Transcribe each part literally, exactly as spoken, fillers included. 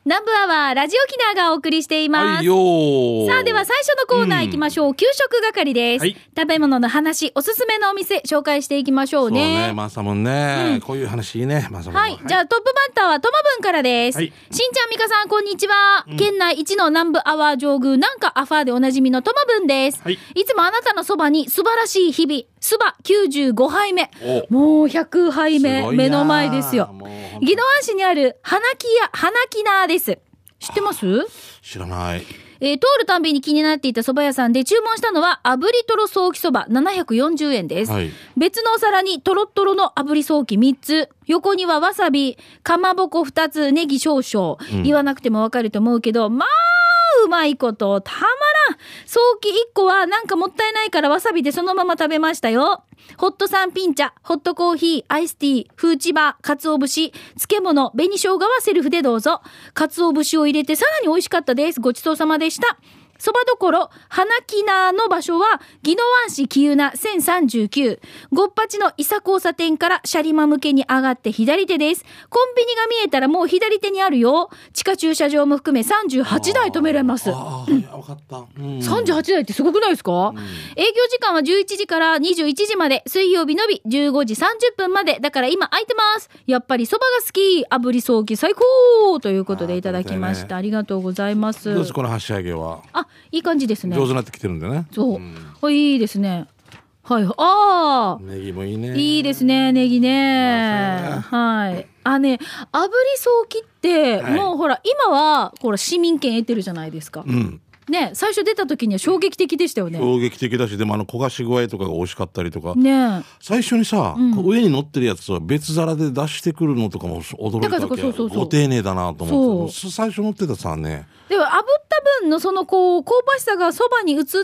南部アワーラジオキナがお送りしています。 はいよー。 さあでは最初のコーナー行きましょう、うん、給食係です、はい、食べ物の話、おすすめのお店紹介していきましょうね。 そうね、マーサモンね、うん、こういう話いいね、マーサモン。 はい、はい、じゃあトップバッターはトマブンからです、はい、しんちゃんみかさんこんにちは、うん、県内一の南部アワー上宮なんかアファーでおなじみのトマブンです、はい、いつもあなたのそばに素晴らしい日々、そばきゅうじゅうごはいめ、もうひゃくはいめ目の前ですよ。宜野湾市にある花木屋花木ナーです。知ってます？ 知らない。 えー、通るたんびに気になっていた蕎麦屋さんで注文したのは炙りとろソーキそばななひゃくよんじゅうえんです、はい、別のお皿にとろっとろの炙りソーキみっつ、横にはわさび、かまぼこふたつ、ネギ少々、うん、言わなくてもわかると思うけど、まあうまいことたまらん。ソーキいっこはなんかもったいないからわさびでそのまま食べましたよ。ホットサンピン茶、ホットコーヒー、アイスティー、フーチバー、かつお節、漬物、紅生姜はセルフでどうぞ。かつお節を入れてさらに美味しかったです。ごちそうさまでした。そばどころ花木ナーの場所は宜野湾市喜友名せんさんじゅうきゅう、ごっぱちの伊佐交差点からシャリマ向けに上がって左手です。コンビニが見えたらもう左手にあるよ。地下駐車場も含めさんじゅうはちだい止められます。 ああ、うん、分かった、うん、 さんじゅうはちだいってすごくないですか、うん、営業時間はじゅういちじからにじゅういちじまで、水曜日のみじゅうごじさんじゅっぷんまで、だから今空いてます。やっぱりそばが好き、炙りソーキ最高ということでいただきました。 あ,、ね、ありがとうございます。 どうですこの箸上げは。 あ、いい感じですね。 上手になってきてるんでね。 そう、うん、いいですね。はい、ああ、 ネギもいいね。 いいですね、ネギね。はい。あね、炙りソーキって、はい、もうほら今はほら市民権得てるじゃないですか。うん。ね、最初出た時には衝撃的でしたよね。 衝撃的だし、でもあの焦がし具合とかが美味しかったりとか、 ね、 最初にさ、うん、上に乗ってるやつは別皿で出してくるのとかも驚いたわけ。そうそうそう、ご丁寧だなと思って。最初乗ってたさね、 でも炙った分のそのこう香ばしさがそばに移って、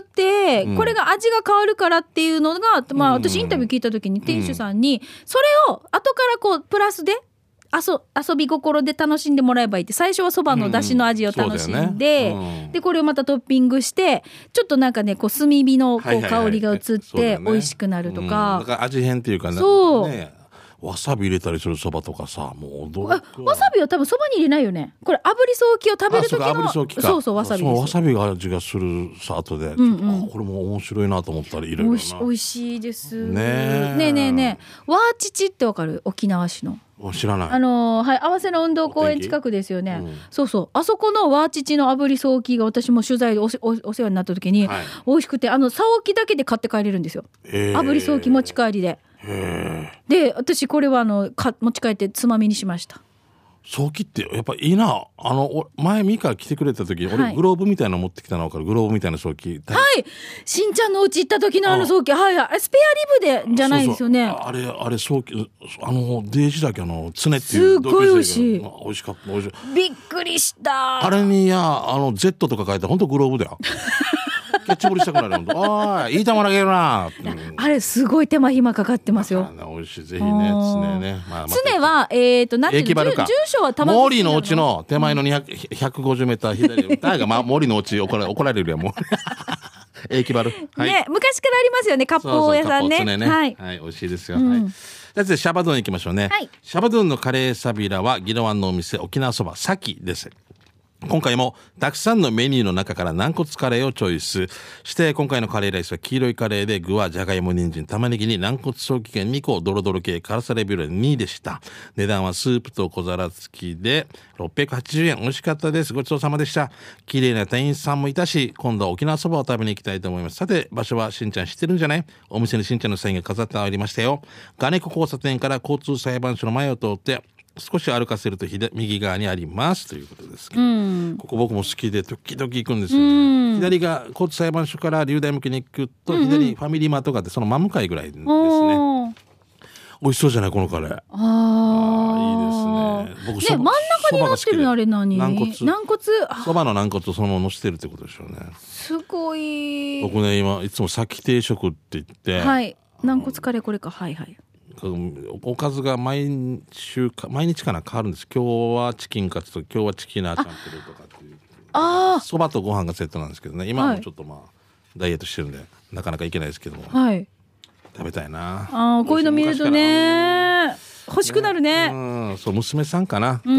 うん、これが味が変わるからっていうのが、まあ、私インタビュー聞いた時に店主さんに、それを後からこうプラスで遊, 遊び心で楽しんでもらえばいいって。最初はそばの出汁の味を楽しんで、うんね、うん、でこれをまたトッピングしてちょっとなんかねこう炭火のこう香りが移って美味しくなるとか、はいはいはい、うん、だから味変っていうかね、 そう、 ね、わさび入れたりするそばとかさ、もう驚く。 わさびは多分そばに入れないよね。これ炙りソーキを食べる時の、 あ、そうか、炙りソーキか。 そうそう、わさびです。 そのわさびが味がするさ、後で、うんうん、あ、これも面白いなと思ったら入れるな。 おいしいです。 ねえねえねえねえ、わーちちってわかる？沖縄市の。 知らない。 あのー、はい、合わせの運動公園近くですよね、うん、そうそう、あそこのワーチチの炙りソーキが私も取材で お, お, お世話になった時に、はい、美味しくて、あのサオキだけで買って帰れるんですよ、炙りソーキ持ち帰りで。で私これはあのか持ち帰ってつまみにしました。 ソーキってやっぱいいな。あの前ミカ来てくれた時、はい、俺グローブみたいなの持ってきたの分かる？グローブみたいなソーキ、 はい、しんちゃんのうち行った時のあのソーキ、はいはい、スペアリブでじゃないですよね。 そうそう、あれあれソーキ、あのデージだけ、あのツネっていうすごい美味しい、 まあ、美味しかった、美味しい、 びっくりした。 あれにやあの Z とか書いて本当グローブだよキャッチボールしたくなるの。おい、いい球投げるな、うん、 あれすごい手間暇かかってますよ。 美味しい、ぜひね、つねね、まあ、 つねはえっ、ー、となんていうの、住所は玉森のうちの手前のにひゃく、ひゃくごじゅうメーター左誰が、まあ、森のうち怒ら、怒られるよもう駅バル、はい、 ね、昔からありますよね、割烹屋さんね。 そうそう、ね、はい、はい、美味しいですよ、うん、はい。じゃあシャバドゥン行きましょうね、はい、シャバドゥンのカレーサビラは宜野湾のお店沖縄そばさきです。今回もたくさんのメニューの中から軟骨カレーをチョイスして、今回のカレーライスは黄色いカレーで、具はじゃがいも、人参、玉ねぎに軟骨ソーキ券に個、ドロドロ系辛さレベルにでした。値段はスープと小皿付きでろっぴゃくはちじゅうえん。美味しかったです。ごちそうさまでした。綺麗な店員さんもいたし、今度は沖縄そばを食べに行きたいと思います。さて場所はしんちゃん知ってるんじゃない？お店にしんちゃんのサインが飾ってありましたよ。ガネコ交差点から交通裁判所の前を通って少し歩かせると右側にありますということですけど、うん、ここ僕も好きで時々行くんですよね、うん、左が交通裁判所から流大向けに行くと、左ファミリーマートがあって、その真向かいぐらいですね。美味しそうじゃない、このカレー。ああ、いいですね。僕ね、 真ん中に乗ってるのあれ何？ 軟骨。 軟骨。 そばの軟骨をそのまま乗せてるってことでしょうね。 すごい。 僕ね、今いつも先定食って言って、 はい、軟骨カレーこれか、はいはい。 おかずが毎週か毎日かな変わるんです。今日はチキンカツと今日はチキンナーチャンプルーとかっていう、あ、そばとご飯がセットなんですけどね。今もちょっとまあ、はい、ダイエットしてるんでなかなかいけないですけども、はい、食べたいなあ。 こういうの見るとね欲しくなるね。 うん、そう、娘さんかな、うん、頑張っ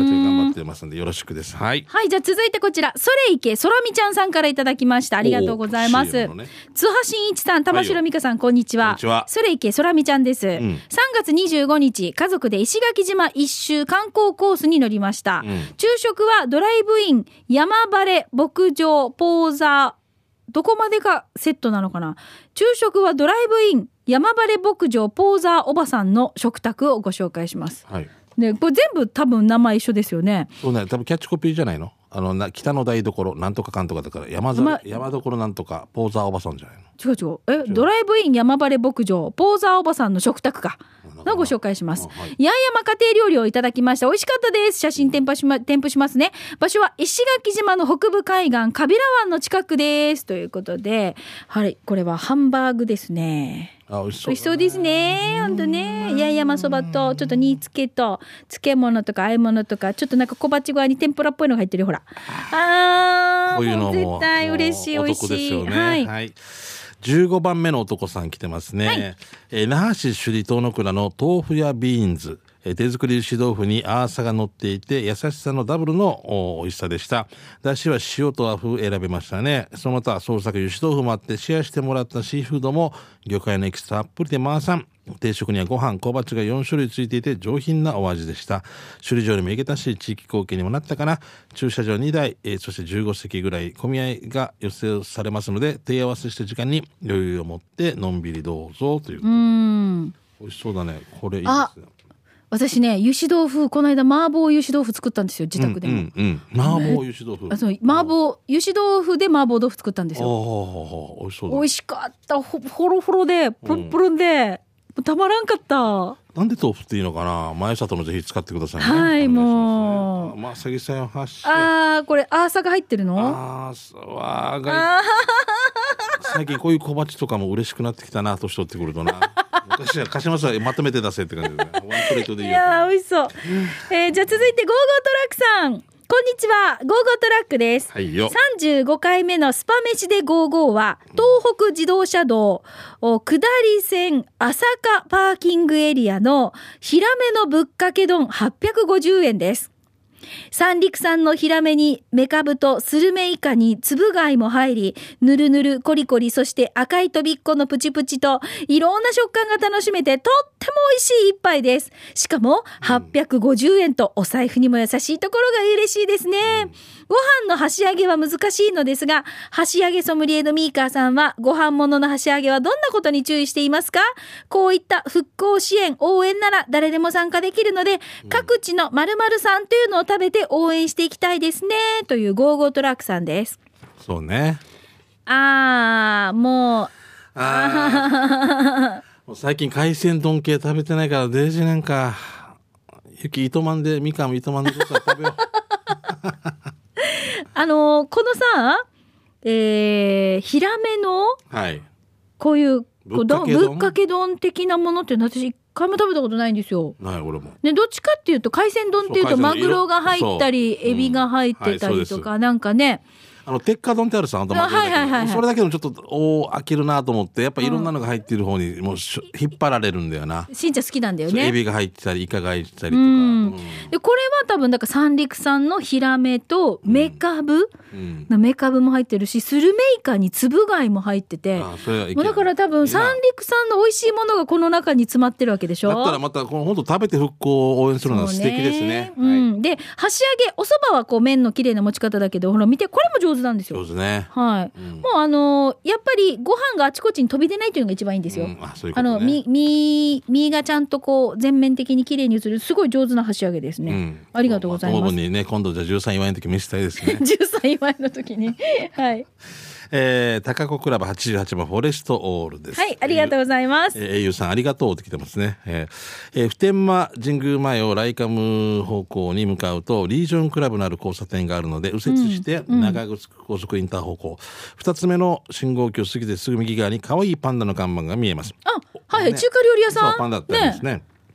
ってますのでよろしくです。はい。 はい、じゃあ続いてこちら、それいけそらみちゃんさんからいただきました。ありがとうございます。ね、津波真一さん、玉城美香さん、こんにちは。こんにちは。それいけそらみちゃんです。うん、さんがつにじゅうごにち、家族で石垣島一周観光コースに乗りました。うん、昼食はドライブイン、山晴れ、牧場、ポーザー、どこまでがセットなのかな。昼食はドライブイン、山晴れ牧場、ポーザーおばさんの食卓をご紹介します。はい。で、これ全部多分名前一緒ですよね。 そうね、多分キャッチコピーじゃないの。あのな北の台所なんとかかんとかだから山ざ、ま、山所なんとかポーザーおばさんじゃないの。 違う違う。え、ドライブイン山晴れ牧場ポーザーおばさんの食卓かのご紹介します。はい、八重山家庭料理をいただきました。美味しかったです。写真添付しま、添付しますね。場所は石垣島の北部海岸カビラ湾の近くですということで、はい、これはハンバーグですね。 あ、美味しそう、 美味しそうですね。ほんとね。八重山そばとちょっと煮付けと漬物とか和え物とかちょっとなんか小鉢側に天ぷらっぽいのが入ってるよほら。あー、 こういうのも絶対嬉しい美味しい。 ですよね。 はい。 はい、じゅうごばんめの男さん来てますね。はい、えー、那覇市首里東の倉の豆腐やビーンズ。手作り油脂豆腐にアーサが乗っていて優しさのダブルの美味しさでした。だしは塩と和風選べましたね。その他創作油脂豆腐もあってシェアしてもらったシーフードも魚介のエキスたっぷりでマーサン。定食にはご飯小鉢がよんしゅるいついていて上品なお味でした。首里城にも行けたし地域貢献にもなったかな。駐車場にだい、えー、そしてじゅうごせきぐらい混み合いが予定されますので手合わせした時間に余裕を持ってのんびりどうぞという。うーん、美味しそうだね。これいいですね。 私ね、油脂豆腐この間麻婆油脂豆腐作ったんですよ、自宅でも。うんうんうん、 麻婆油脂豆腐。 あ、そう、麻婆油脂豆腐で麻婆豆腐作ったんですよ。 美味しそうだ。 美味しかった。ほほろほろでプルンプルンで、うん、たまらんかった。 なんで豆腐っていいのかな。前里のぜひ使ってくださいね。 はい、もう。 まあ、さぎさんはし。 ああ、これアーサが入ってるの？ あーわーが。最近こういう小鉢とかも嬉しくなってきたな、年取ってくるとな。昔は貸しますまとめて出せって感じで、ね、ワンプレートでいいよ。 いやー美味しそう。えー、じゃあ続いてゴーゴートラックさん、こんにちは。ゴーゴートラックです。はいよ。さんじゅうごかいめのスパ飯でゴーゴーは東北自動車道、うん、下り線朝霞パーキングエリアのヒラメのぶっかけ丼はっぴゃくごじゅうえんです。三陸産のヒラメにメカブとスルメイカにつぶ貝も入り、ぬるぬるコリコリ、そして赤いとびっこのプチプチといろんな食感が楽しめてとっても美味しい一杯です。しかもはっぴゃくごじゅうえんとお財布にも優しいところが嬉しいですね。ご飯の箸上げは難しいのですが、箸上げソムリエのミーカーさんはご飯物の箸上げはどんなことに注意していますか？こういった復興支援応援なら誰でも参加できるので、各地の〇〇さんというのを食べて応援していきたいですねというゴーゴートラックさんです。 そうね。 あーもうあもう最近海鮮丼系食べてないからデージなんか雪糸満でみかん糸満でどうか食べよう。 あのー、このさ、えー、ヒラメの、はい、こういうぶっかけ丼、ぶっかけ丼的なものって私一回も食べたことないんですよ。 ない俺も。 ね、どっちかっていうと海鮮丼っていうとマグロが入ったりエビが入ってたりとか、うんはい、なんかね。 あの鉄火丼ってあるさ、あとはいはいはいはい、それだけでもちょっとおー飽きるなと思ってやっぱいろんなのが入ってる方にもう引っ張られるんだよな。 しんちゃん好きなんだよね。 エビが入ってたりイカが入ってたりとか、うんうん、でこれは多分だから三陸産のヒラメとメカブ、うんうん、メカブも入ってるしスルメイカにつぶ貝も入ってて、あそれはいけない。もうだから多分三陸産の美味しいものがこの中に詰まってるわけでしょ。 だったらまたこの本当食べて復興を応援するのは素敵ですね。 うん、はい、で箸上げお蕎麦はこう麺の綺麗な持ち方だけどほら見てこれも上手なんですよ。 上手ね。 はい、うん、もうあのー、やっぱりご飯があちこちに飛び出ないというのが一番いいんですよ。うん、あ、そういうことね。あの身身身がちゃんとこう全面的に綺麗に映るすごい上手な箸上げですね。うん、ありがとうございます。まあ、 にね今度じゃあじゅうさん祝いの時見せたいですね。 じゅうさん祝いの時にはい。 えー、高子クラブはちじゅうはちばんフォレストオールです。 はい、ありがとうございます。 えー、英雄さんありがとうって来てますね。えーえー、普天間神宮前をライカム方向に向かうとリージョンクラブのある交差点があるので右折して長靴高速インター方向、うんうん、ふたつめの信号機を過ぎてすぐ右側に可愛いパンダの看板が見えます。 あ、はい、ね、中華料理屋さん。 そうパンダってありますね。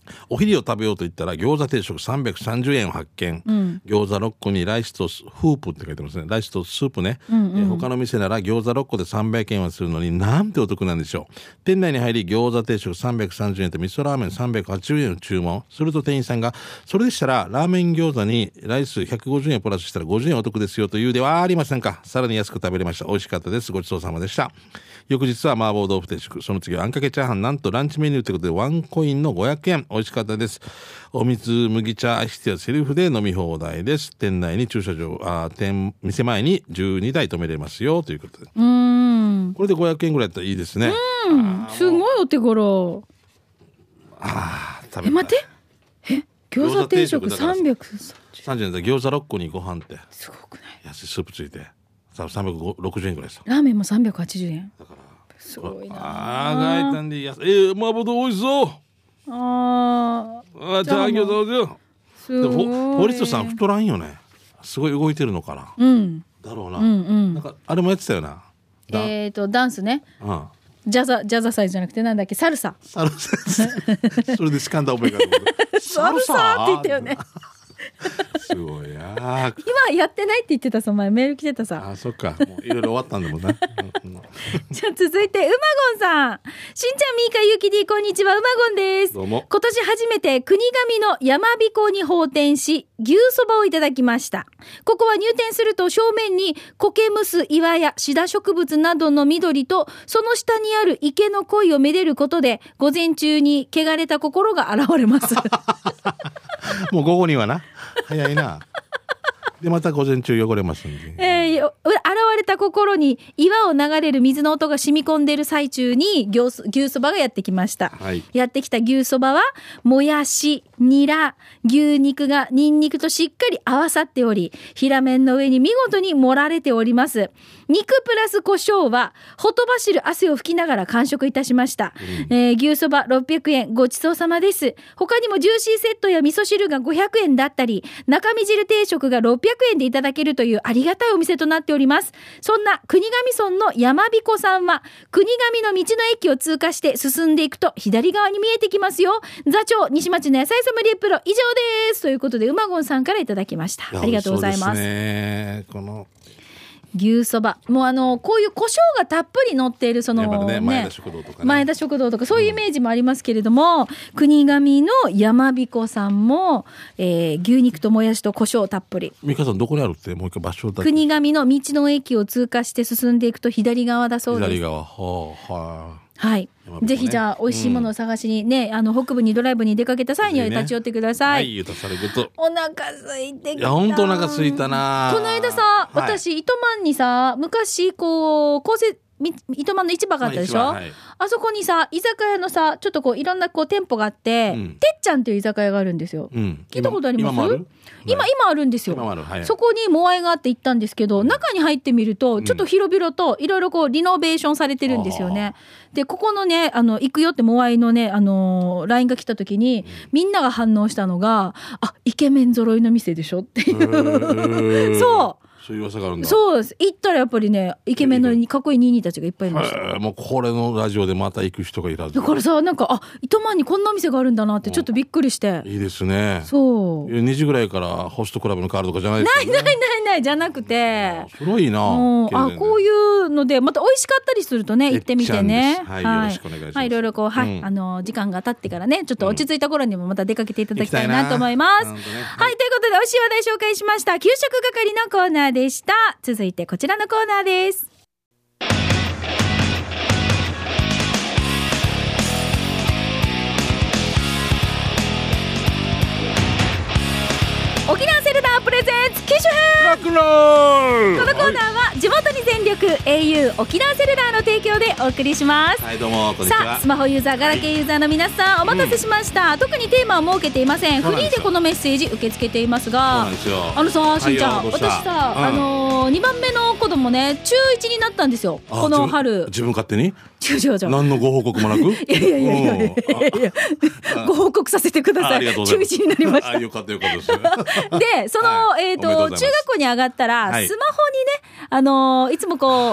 お昼を食べようと言ったら餃子定食さんびゃくさんじゅうえんを発見、うん、餃子ろっこにライスとフープって書いてますね。ライスとスープね、うんうん、え他の店なら餃子ろっこでさんびゃくえんはするのになんてお得なんでしょう。店内に入り餃子定食さんびゃくさんじゅうえんと味噌ラーメンさんびゃくはちじゅうえんを注文すると店員さんがそれでしたらラーメン餃子にライスひゃくごじゅうえんプラスしたらごじゅうえんお得ですよというではありませんか。さらに安く食べれました。美味しかったです。ごちそうさまでした。翌日は麻婆豆腐定食、その次はあんかけチャーハン、なんとランチメニューということでワンコインのごひゃくえん。美味しかったです。お水、麦茶、アイスティーはセルフで飲み放題です。店内に駐車場、あ店店前にじゅうにだい止めれますよということで。うーん、これでごひゃくえんぐらいだったらいいですね。 うん、すごいお手頃。 ああ、食べたい。 え、待って。え、餃子定食さんびゃくさんじゅうえんで餃子ろっこにご飯ってすごくない？ 安いスープついてさんびゃくろくじゅうえんぐらいさ。 ラーメンもさんびゃくはちじゅうえん。 だからすごいなあ。あがいたんで安い。えー、麻婆豆腐美味しそう。ああ、じゃあ餃子どうぞ。でも堀内さん太らんよね。すごい動いてるのかな。うん。だろうな。うんうん。なんかあれもやってたよな。 えっとダンスね。うん。ジャザジャザサイズじゃなくてなんだっけ、サルサ。 サルサ。それでスカンダ覚えがある。サルサって言ったよね。 すごいや。 今やってないって言ってたさ、前メール来てたさ。 あ、そっか。もういろいろ終わったんだもんね。 じゃあ続いてうまごんさん。しんちゃん、みーか、ゆきでこんにちは、うまごんです。 どうも。 今年初めて国神の山彦に訪店し牛そばをいただきました。ここは入店すると正面に苔むす岩やシダ植物などの緑とその下にある池の鯉をめでることで午前中に汚れた心が現れます。 もう午後にはな早いな。でまた午前中汚れますんで、 えー、現れた心に岩を流れる水の音が染み込んでいる最中に牛、牛そばがやってきました、はい、やってきた牛そばはもやし、ニラ、牛肉がニンニクとしっかり合わさっており平麺の上に見事に盛られております。肉プラス胡椒はほとばしる汗を拭きながら完食いたしました、うんえー、牛そばろっぴゃくえんごちそうさまです。他にもジューシーセットや味噌汁がごひゃくえんだったり中身汁定食がろっぴゃくえんでいただけるというありがたいお店となっております。そんな国頭村の山彦さんは国頭の道の駅を通過して進んでいくと左側に見えてきますよ。座長西町の野菜ソムリエプロ以上ですということでうまごんさんからいただきました。ありがとうございます。 そうですね、この牛そばもうあのこういう胡椒がたっぷり乗っているその、ねね、 前田食堂とかね前田食堂とかそういうイメージもありますけれども、うん、国神の山彦さんも、えー、牛肉ともやしと胡椒たっぷり。 美香さんどこにあるってもう一回場所だけ。 国神の道の駅を通過して進んでいくと左側だそうです。 左側はあ、はあはい、ね、ぜひじゃあ美味しいものを探しにね、うん、あの北部にドライブに出かけた際には立ち寄ってください、 ね、はい、されるとお腹空いてきた。 いや本当お腹空いたな。 この間さ、はい、私糸満にさ昔こう構成糸満の市場があったでしょ、はい、あそこにさ居酒屋のさちょっとこういろんなこう店舗があって、うん、てっちゃんっていう居酒屋があるんですよ、うん、聞いたことあります？今今もある？ 今今あるんですよ、はい、そこにモアイがあって行ったんですけど、中に入ってみるとちょっと広々といろいろこうリノベーションされてるんですよね、うん、でここのねあの行くよってモアイのねあのー、ラインが来た時に、うん、みんなが反応したのがあイケメン揃いの店でしょっていうそうそういう噂があるんだ。 そうです。行ったらやっぱりねイケメンのかっこいいニーニーたちがいっぱいいました。 もうこれのラジオでまた行く人がいらず。 だからさなんかあ糸満にこんなお店があるんだなってちょっとびっくりして。 いいですね。 そう。 にじぐらいからホストクラブのカードとかじゃないですよね。 ないないないないじゃなくて。 すごいな。 あこういうのでまた美味しかったりするとね行ってみてね。 はい、はい、よろしくお願いします。はい、 いろいろこうはい、うん、あの時間が経ってからねちょっと落ち着いた頃にもまた出かけていただきたいなと思います。うん、はい、はい、ということで美味しい話題紹介しました給食係のコーナーでした。続いてこちらのコーナーです。沖縄セルラープレゼンツ機種編。このコーナーは地元に全力 エーユー 沖縄セルラーの提供でお送りします。 はいどうもこんにちは。 さあスマホユーザーガラケーユーザーの皆さん、はい、お待たせしました、うん、特にテーマを設けていません。フリーでこのメッセージ受け付けていますが、あのさしんちゃん、はい、私さ、うん、あのー、にばんめの子供ね中いちになったんですよこの春。 自分勝手に違う違う違う何のご報告もなくいやいやいやいやいやいやご報告させてください。中いちになりました。 あよかったよかったですでその、はい、えーと中学校に上がったら、はい、スマホにねあのー、いつもこう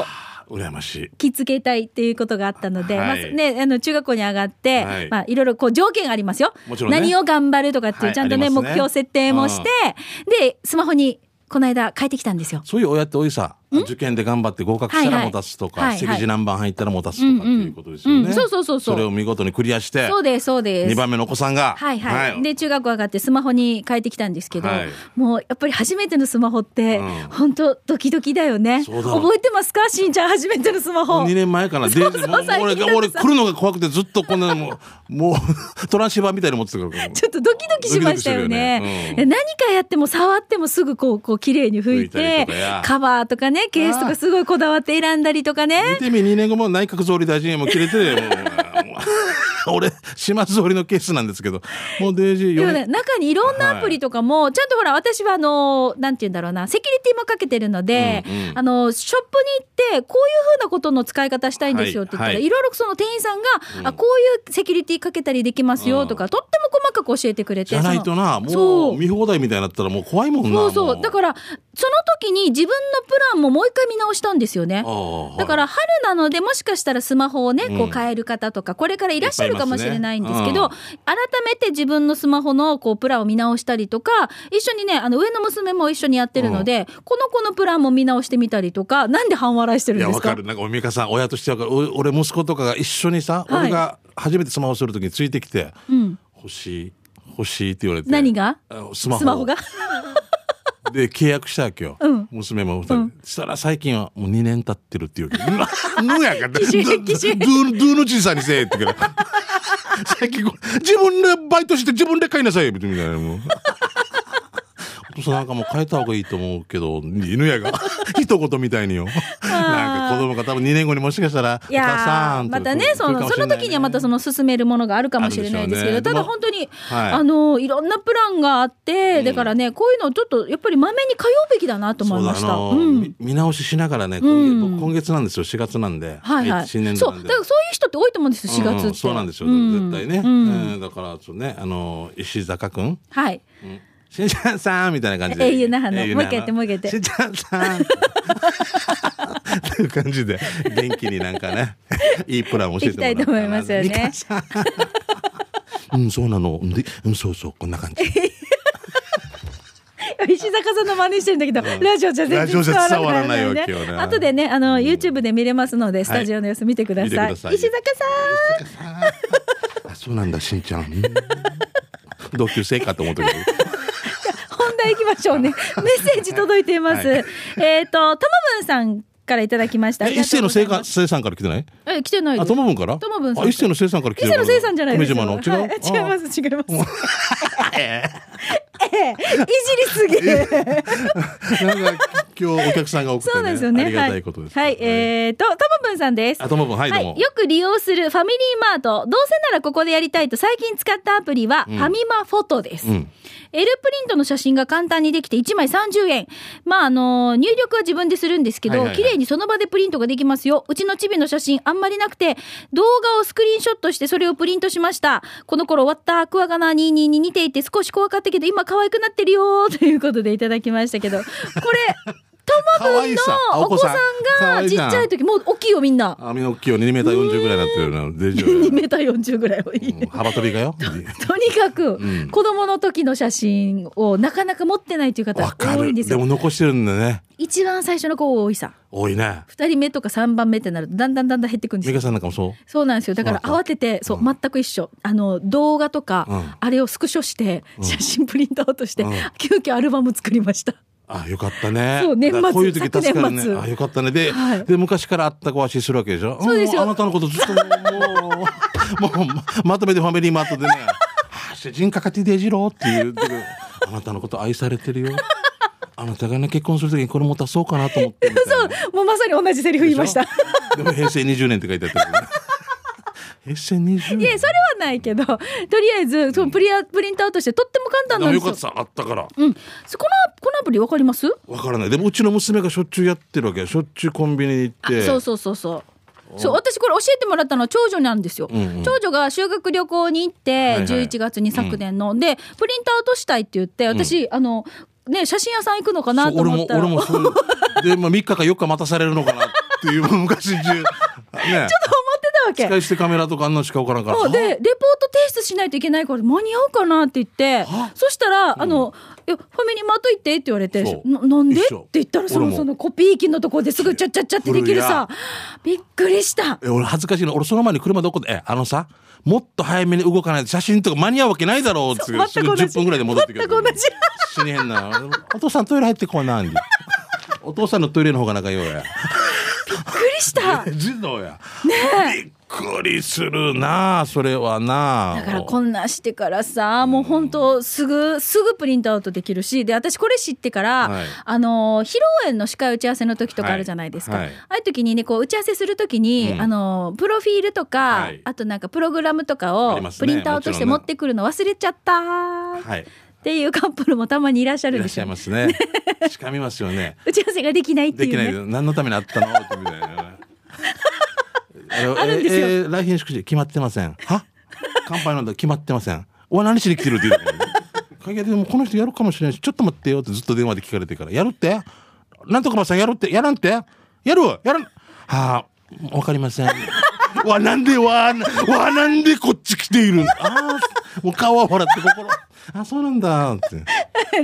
羨ましい。 着付けたいっていうことがあったので、 はい、 まあね、あの中学校に上がって、はい、まあいろいろこう条件ありますよ。 もちろんね、 何を頑張るとかっていうちゃんとね、はい、ね目標設定もして、うん、でスマホにこの間帰ってきたんですよ。 そういう親って多いさ。受験で頑張って合格したら持たすとか、はいはい、席次何番入ったら持たすとかっていうことですよね、うんうん、 そうそうそうそう。 それを見事にクリアして、 そうですそうです。 にばんめのお子さんが、 はいはい、はい、で中学校上がってスマホに変えてきたんですけど、はい、もうやっぱり初めてのスマホって、うん、本当ドキドキだよね。そうだ。覚えてますか、しんちゃん初めてのスマホ。 にねんまえかな。そうそうそう、もう俺俺来るのが怖くてずっとこんなもうもうトランシーバーみたいに持ってたからちょっとドキドキしましたよね。ドキドキするよね、うん、何かやっても触ってもすぐこうこう綺麗に拭いて、カバーとかねケースとかすごいこだわって選んだりとかね。 見てみにねんごも内閣総理大臣も切れてもう俺島津総理のケースなんですけど、もうデージー、 ね、中にいろんなアプリとかも、はい、ちゃんとほら私はあのなんて言うんだろうな、セキュリティもかけてるので、うんうん、あのショップに行ってこういう風なことの使い方したいんですよって言ったら、はいはい、いろいろその店員さんが、うん、あこういうセキュリティかけたりできますよとか、うん、とっても細かく教えてくれて、 じゃないとな、もう見放題みたいになったらもう怖いもんな。 そうそう、だからその時に自分のプランももう一回見直したんですよね。だから春なのでもしかしたらスマホをねこう変える方とかこれからいらっしゃるかもしれないんですけど、うん、改めて自分のスマホのこうプランを見直したりとか、一緒にねあの上の娘も一緒にやってるので、うん、この子のプランも見直してみたりとか。なんで半笑いしてるんですか。 いや分かる。なんかおみかさん親としては俺息子とかが一緒にさ、はい、俺が初めてスマホするときについてきて、うん、欲しい欲しいって言われて。 何がスマホスマホがで契約したわけよ、うん、娘もふたり、うん、したら最近はもうにねん経ってるっていうぬやかってドゥの小さにせえって言うから最近自分でバイトして自分で買いなさいみたいなもうお父さんなんかもう変えた方がいいと思うけど犬やが一言みたいによなんか子供が多分にねんごにもしかしたらいやお母さんまたねそのその時にはまたその進めるものがあるかもしれないですけど、ね、ただ本当に、はい、あのいろんなプランがあって、うん、だからねこういうのをちょっとやっぱりまめに通うべきだなと思いました。 そうだ、あのーうん、見直ししながらね今月、うん、今月なんですよしがつなんで、はいはい、新年度なんで。そうだからそういう人って多いと思うんですよしがつって、うん、 そうなんですよ、うん、絶対ね、うんえー、だからそうねあの石坂くんはい、うんしんちゃんさんみたいな感じで。 英雄那覇の。もう一回やってもう一回やって。 しんちゃんさん。という感じで元気になんかねいいプランを教えてもらった。いきたいと思いますよね。うんそうなの。うんそうそうこんな感じ。 石坂さんの真似してるんだけど、うん、ラジオじゃ全然伝わらないよね。後でねあの、うん、YouTube で見れますのでスタジオの様子見てください。はい、石坂さん。石坂さんあそうなんだしんちゃん。同級生かと思ったけど。 本題行きましょうね。メッセージ届いています。はい、えっ、ー、とともぶんさんからいただきました。 一世の生産から来てない？ え来てないです。 あともぶんから？ ともぶんさん。 あ一世の生産から来てる。 一世の生産じゃないですよ。 久米島の違う？ はい、違います違います。ええ、いじりすぎ。なんか今日お客さんが多くて、ね、そうですよね。ありがたいことです。 はい、はい、えーとともぶんさんです。 あともぶんはいどうも、 はい。よく利用するファミリーマート。どうせならここでやりたいと最近使ったアプリは、うん、ファミマフォトです。うん、L プリントの写真が簡単にできていちまいさんじゅうえん。まああの入力は自分でするんですけど、はいはいはい、綺麗にその場でプリントができますよ。うちのチビの写真あんまりなくて動画をスクリーンショットしてそれをプリントしました。この頃終わったアクアガナにじゅうにに似ていて少し怖かったけど今可愛くなってるよということでいただきましたけどこれともぶんのお子さんがちっちゃい時もう大きいよみんな。 あみんな大きいよにメーターよんじゅうぐらいになってるなにメーターよんじゅうぐらいはいい、 うん、幅跳びがよと, とにかく、うん、子供の時の写真をなかなか持ってないという方多いんですよ。 でも残してるんだね。 一番最初の子多いさ多いね。 ふたりめとかさんばんめってなるとだんだんだんだん減ってくるんですよ。 美香さんなんかもそうそうなんですよ。だから慌ててそう、うん、全く一緒。あの動画とか、うん、あれをスクショして写真プリントアウトして、うん、急遽アルバム作りました。 あよかったね。 そう年末こういう時助かるね。あよかったね。で、はい、で昔からあった子はしするわけでしょ。 そうですよ。 あなたのことずっともうもうまとめてファミリーマートでね人かかってデジローっていうあなたのこと愛されてるよ。あなたがね結婚する時にこれも足そうかなと思ってみたいな。 そうもうまさに同じセリフ言いました。 でも平成にじゅうねんって書いてあったけどね。平成にじゅうねん。 いやそれはないけどとりあえずそのプリアプリントアウトしてとっても簡単なんですよ。 よかったあったから。 うん。このこのアプリわかります？ わからない。でもうちの娘がしょっちゅうやってるわけ。しょっちゅうコンビニに行って。 そうそうそうそう。そう私これ教えてもらったのは長女なんですよ、うんうん、長女が修学旅行に行って、はいはい、じゅういちがつに昨年の、うん、でプリントアウトしたいって言って私、うん、あのね写真屋さん行くのかなと思ったら俺も俺もそうで、まあ、みっかかよっか待たされるのかなっっていう昔中ねちょっと思ってたわけ。 使い捨てカメラとかあんのしか分からんからでレポート提出しないといけないから間に合うかなって言ってそしたら、うん、あのいやファミリーマート行ってって言われて な, なんでって言ったらそのそのコピー機のところですぐちゃっちゃっちゃってできるさびっくりした。 え俺恥ずかしいの俺その前に車どこでえあのさもっと早めに動かないと写真とか間に合うわけないだろうってすぐじゅっぷんぐらいで戻ってくる。 全く同じ死にへんなお父さんトイレ入ってこいなんでお父さんのトイレの方が仲良いやびっくりした自動やねびっくりするなそれはな。 だからこんなしてからさもう本当すぐすぐプリントアウトできるしで私これ知ってから、はい、あの披露宴の司会打ち合わせの時とかあるじゃないですか、はいはい、ああいう時にねこう打ち合わせする時に、うん、あのプロフィールとか、はい、あとなんかプログラムとかをプリントアウトして持ってくるの忘れちゃった、はい、っていうカップルもたまにいらっしゃるんですよ。 いらっしゃいますねしかみますよね打ち合わせができないっていうね。 できない何のためにあったのってみたいなあるんですよ。 えー、来賓祝辞決まってません。は乾杯なんだ決まってません。お何しに来てるって言うからでもこの人やるかもしれないしちょっと待ってよってずっと電話で聞かれてからやるってなんとかまさんやるってやらんってやるやらんはあわかりませんわなんでわわなんでこっち来ているんあもう顔は笑って心あそうなんだって、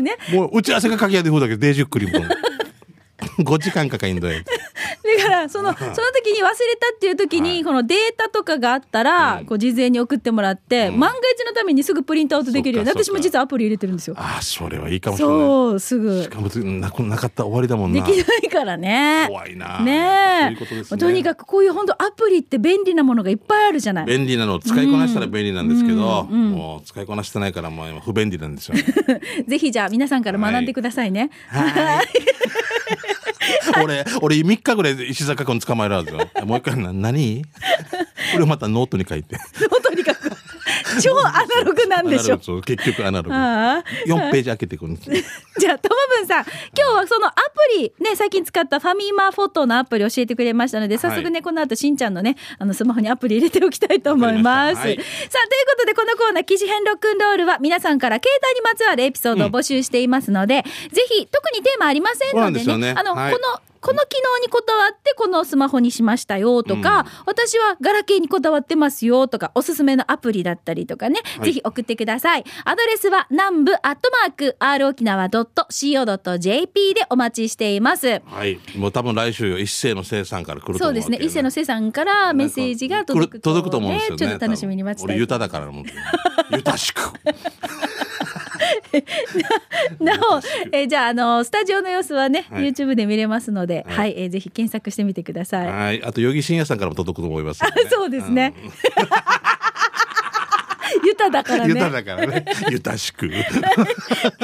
ね、もう打ち合わせが書きやでほうだけどデージゆっくりもごじかんかかいんだよ。 だからそのその時に忘れたっていう時に、はい、このデータとかがあったら、うん、こう事前に送ってもらって、うん、万が一のためにすぐプリントアウトできるように私も実はアプリ入れてるんですよ。 あそれはいいかもしれない。 そうすぐしかもなくなかったら終わりだもんな。 できないからね。 怖いなね。 そういうことですね。 とにかくこういう本当アプリって便利なものがいっぱいあるじゃない。 便利なのを使いこなしたら便利なんですけど、うんうん、もう使いこなしてないからもう不便利なんですよ。 ぜひじゃあ皆さんから学んでくださいね。 はい。はい俺俺みっかぐらい石坂君捕まえられるぞ。もう一回な何これまたノートに書いてノートに書く超アナログなんでしょ。 そう結局アナログよんページ開けてくるんですじゃあともぶんさん今日はそのアプリね最近使ったファミマフォトのアプリ教えてくれましたので早速ね、はい、この後しんちゃんのねあのスマホにアプリ入れておきたいと思います、はい、さあということでこのコーナー記事編ロックンロールは皆さんから携帯にまつわるエピソードを募集していますので、うん、ぜひ特にテーマありませんので ね, でねあの、はい、このこの機能にこだわってこのスマホにしましたよとか、うん、私はガラケーにこだわってますよとかおすすめのアプリだったりとかね、はい、ぜひ送ってください。アドレスは南部アットマーク アール 沖縄 ドット シーオー ドット ジェーピー でお待ちしています。 はい、もう多分来週一世の生さんから来ると思う、ね、 そうですね一世の生さんからメッセージが届くと、 届くと思うんですよね。 ちょっと楽しみに待ちたい。 俺ユタだからもうユタしくなお、えー、じゃあ、あのスタジオの様子はね、はい、YouTube で見れますので、はいはいえー、ぜひ検索してみてください。 はい、あとヨギ深夜さんからも届くと思います、ね、 あそうですね、うん、ユタだからねユタだからねユタしく以上以上沖縄セルラ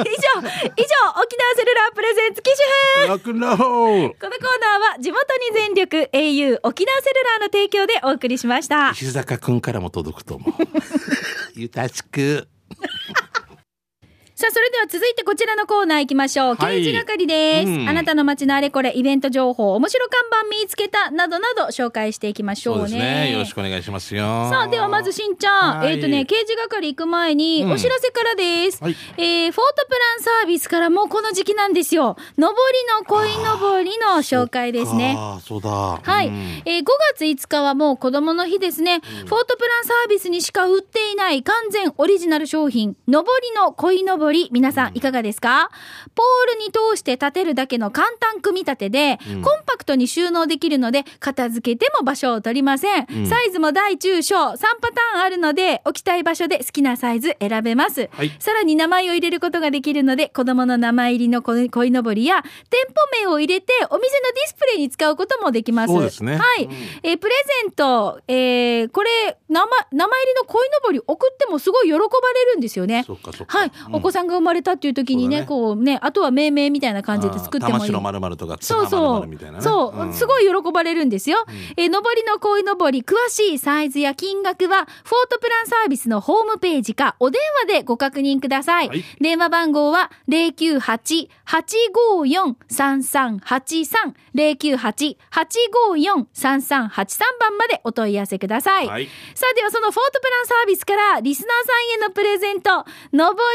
ープレゼンツ機種編ロックンロール。このコーナーは地元に全力 エーユー 沖縄セルラーの提供でお送りしました。 石坂くんからも届くと思うユタしくさあそれでは続いてこちらのコーナー行きましょう。刑事係です、はいうん、あなたの街のあれこれイベント情報面白看板見つけたなどなど紹介していきましょうね。 そうですねよろしくお願いしますよ。 さあではまずしんちゃん、はい、えっ、ー、とね刑事係行く前にお知らせからです、うんはいえー、フォートプランサービスからもうこの時期なんですよ。上りの鯉のぼりの紹介ですね。 あそうだはい、 うんえー、ごがついつかはもう子供の日ですね、うん、フォートプランサービスにしか売っていない完全オリジナル商品上りの鯉のぼり皆さんいかがですか？ポールに通して立てるだけの簡単組み立てで、うん、コンパクトに収納できるので片付けても場所を取りません、うん、サイズも大中小さんパターンあるので置きたい場所で好きなサイズ選べます、はい、さらに名前を入れることができるので子供の名前入りの鯉のぼりや店舗名を入れてお店のディスプレイに使うこともできます。 そうですね、 はい、うんえー、プレゼント、えー、これ名前、名前入りの鯉のぼり送ってもすごい喜ばれるんですよね。 そっかそっか、 はい、うん、お子さんが生まれたっていう時にね、ねこうねあとは命名みたいな感じで作ってもいい。 玉城丸々とかつば丸々みたいなね。 そうそう、うん、すごい喜ばれるんですよ、うんえー、上りの鯉のぼり詳しいサイズや金額はフォートプランサービスのホームページかお電話でご確認ください、はい、電話番号は ゼロきゅうはち はちごよん さんさんはちさん ゼロきゅうはち はちごよん さんさんはちさん番までお問い合わせください、はい、さあではそのフォートプランサービスからリスナーさんへのプレゼント上りの鯉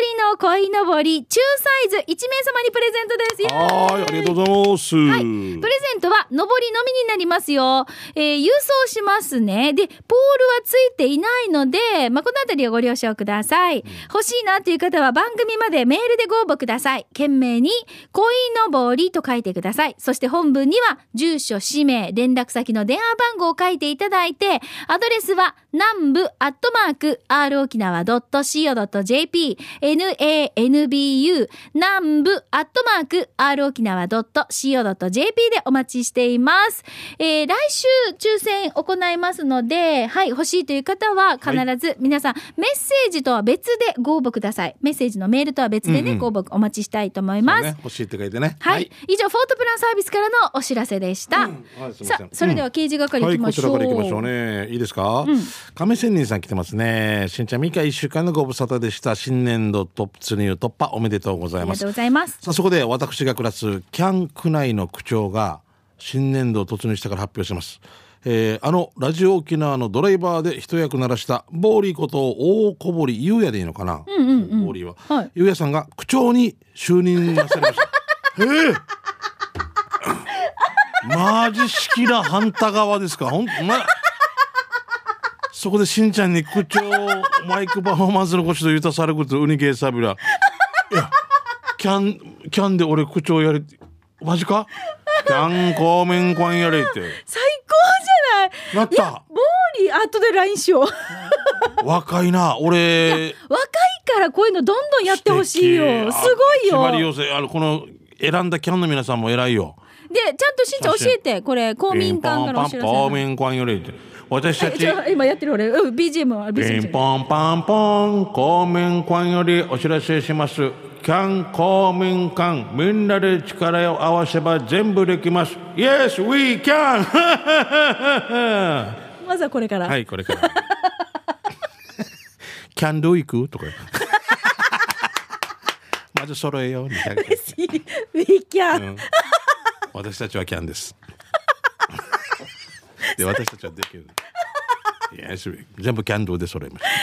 鯉のぼり中サイズいちめいさまにプレゼントです。 はい、ありがとうございます。はい、 プレゼントはのぼりのみになりますよ。えー、郵送しますね。でポールはついていないので、まあ、このあたりをご了承ください。うん、欲しいなという方は番組までメールでご応募ください。懸命に鯉のぼりと書いてください。そして本文には住所、氏名、連絡先の電話番号を書いていただいて、アドレスは南部アットマーク アール 沖縄 ドット シーオー ドット ジェーピー ナンブ 南部アットマーク アール 沖縄 ドット シーオー ドット ジェーピー でお待ちしています。えー、来週抽選行いますので、はい、欲しいという方は必ず皆さん、はい、メッセージとは別でご応募ください。メッセージのメールとは別でね、うんうん、ご応募お待ちしたいと思います。 ね、欲しいって書いてね。 はい。はい、以上、フォートプランサービスからのお知らせでした。うんはい、さあ、それでは刑事係行きましょう。 うん、はい、こちらから行きましょうね。いいですか？うん、亀仙人さん来てますね。しんちゃん、みかいっしゅうかんのご無沙汰でした。新年度突入突破おめでとうございます。 ありがとうございます。 さあ、そこで私が暮らすキャン区内の区長が新年度突入してから発表します。えー、あのラジオ沖縄のドライバーで一役鳴らしたボーリーこと大小堀優也でいいのかな、 うんうんうん、 ボーリーは、はい、優也さんが区長に就任なされましたえー、マジ式な反対側ですか。ほん、ま、そこでしんちゃんに区長マイクパフォーマンスのこちと言うたされることウニゲーサビラいやキャンキャンで俺区長やれマジかキャン公民館やれって最高じゃない。 なった。 ボーリー後で ライン しよう若いな俺。 若いからこういうのどんどんやってほしいよ。すごいよ。 縛り要請あのこの選んだキャンの皆さんも偉いよ。 でちゃんとしんちゃん教えてこれ公民館からお知らせ。 公民館やれって私たち今やってる俺、うん、ビージーエム はピンポンパンポン公民館よりお知らせします。キャン公民館みんなで力を合わせば全部できます。 Yes we can まずはこれからはいこれからキャンドゥ行くとかまず揃えようみたいな We can、うん、 私たちはキャンですで私たちはできるYes, 全部キャンドゥで揃えました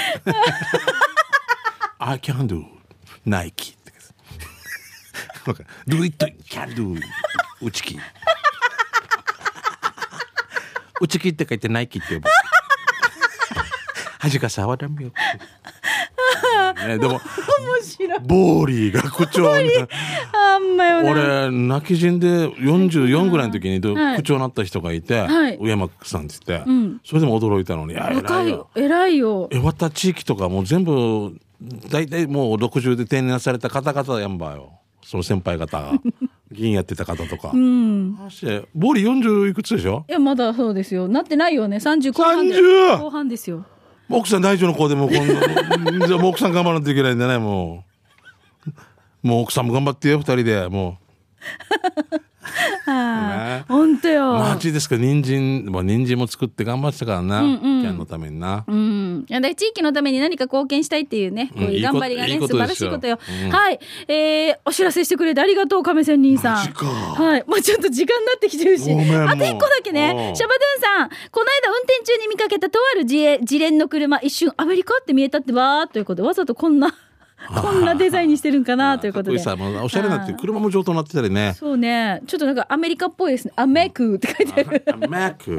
I can do ナイキDo it can do うちきうちきって書いてナイキって呼ぶはじかさわだみよね、でもボーリーが区長あんまよね俺泣き人でよんじゅうよんぐらいの時に区長になった人がいて、はい、上山さんって言って、うん、それでも驚いたのにいや偉いよ偉いよえわた地域とかもう全部大体もうろくじゅうで定年された方々やんばよその先輩方が議員やってた方とか、うん、ボーリーよんじゅういくつでしょ。 いやまだそうですよなってないよねさんじゅう後半でさんじゅう後半ですよ。 奥さん大丈夫の子でも今度もう奥さん頑張らないといけないんだねもうもう奥さんも頑張ってよふたりでもうはあ、本当よマジですか人参も人参も作って頑張ってたからな、うんうん、キャンのためにな、 うん、いや地域のために何か貢献したいっていうねこういう頑張りがね、うん、いい素晴らしいことよ、うん、はい、えー、お知らせしてくれてありがとう亀仙人さん。 マジかはい、もうちょっと時間になってきてるしあといっこだけねシャバドゥンさんこの間運転中に見かけたとある自連の車一瞬アメリカって見えたってばーということでわざとこんなこんなデザインにしてるんかなということでさおしゃれなって車も上等になってたりね。 そうねちょっとなんかアメリカっぽいですねアメクって書いてあるアメク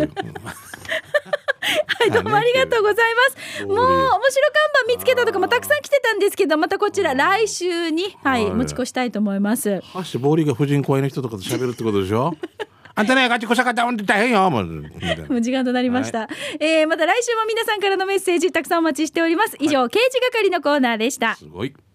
はいどうもありがとうございますもう面白看板見つけたとかもたくさん来てたんですけどまたこちら来週に、はい、持ち越したいと思います。 はしボーリーが婦人公園の人とかと喋るってことでしょあんたねガチコシャカタウンって大変よもう時間となりました、はいえー、また来週も皆さんからのメッセージたくさんお待ちしております。以上刑事係のコーナーでした。 すごい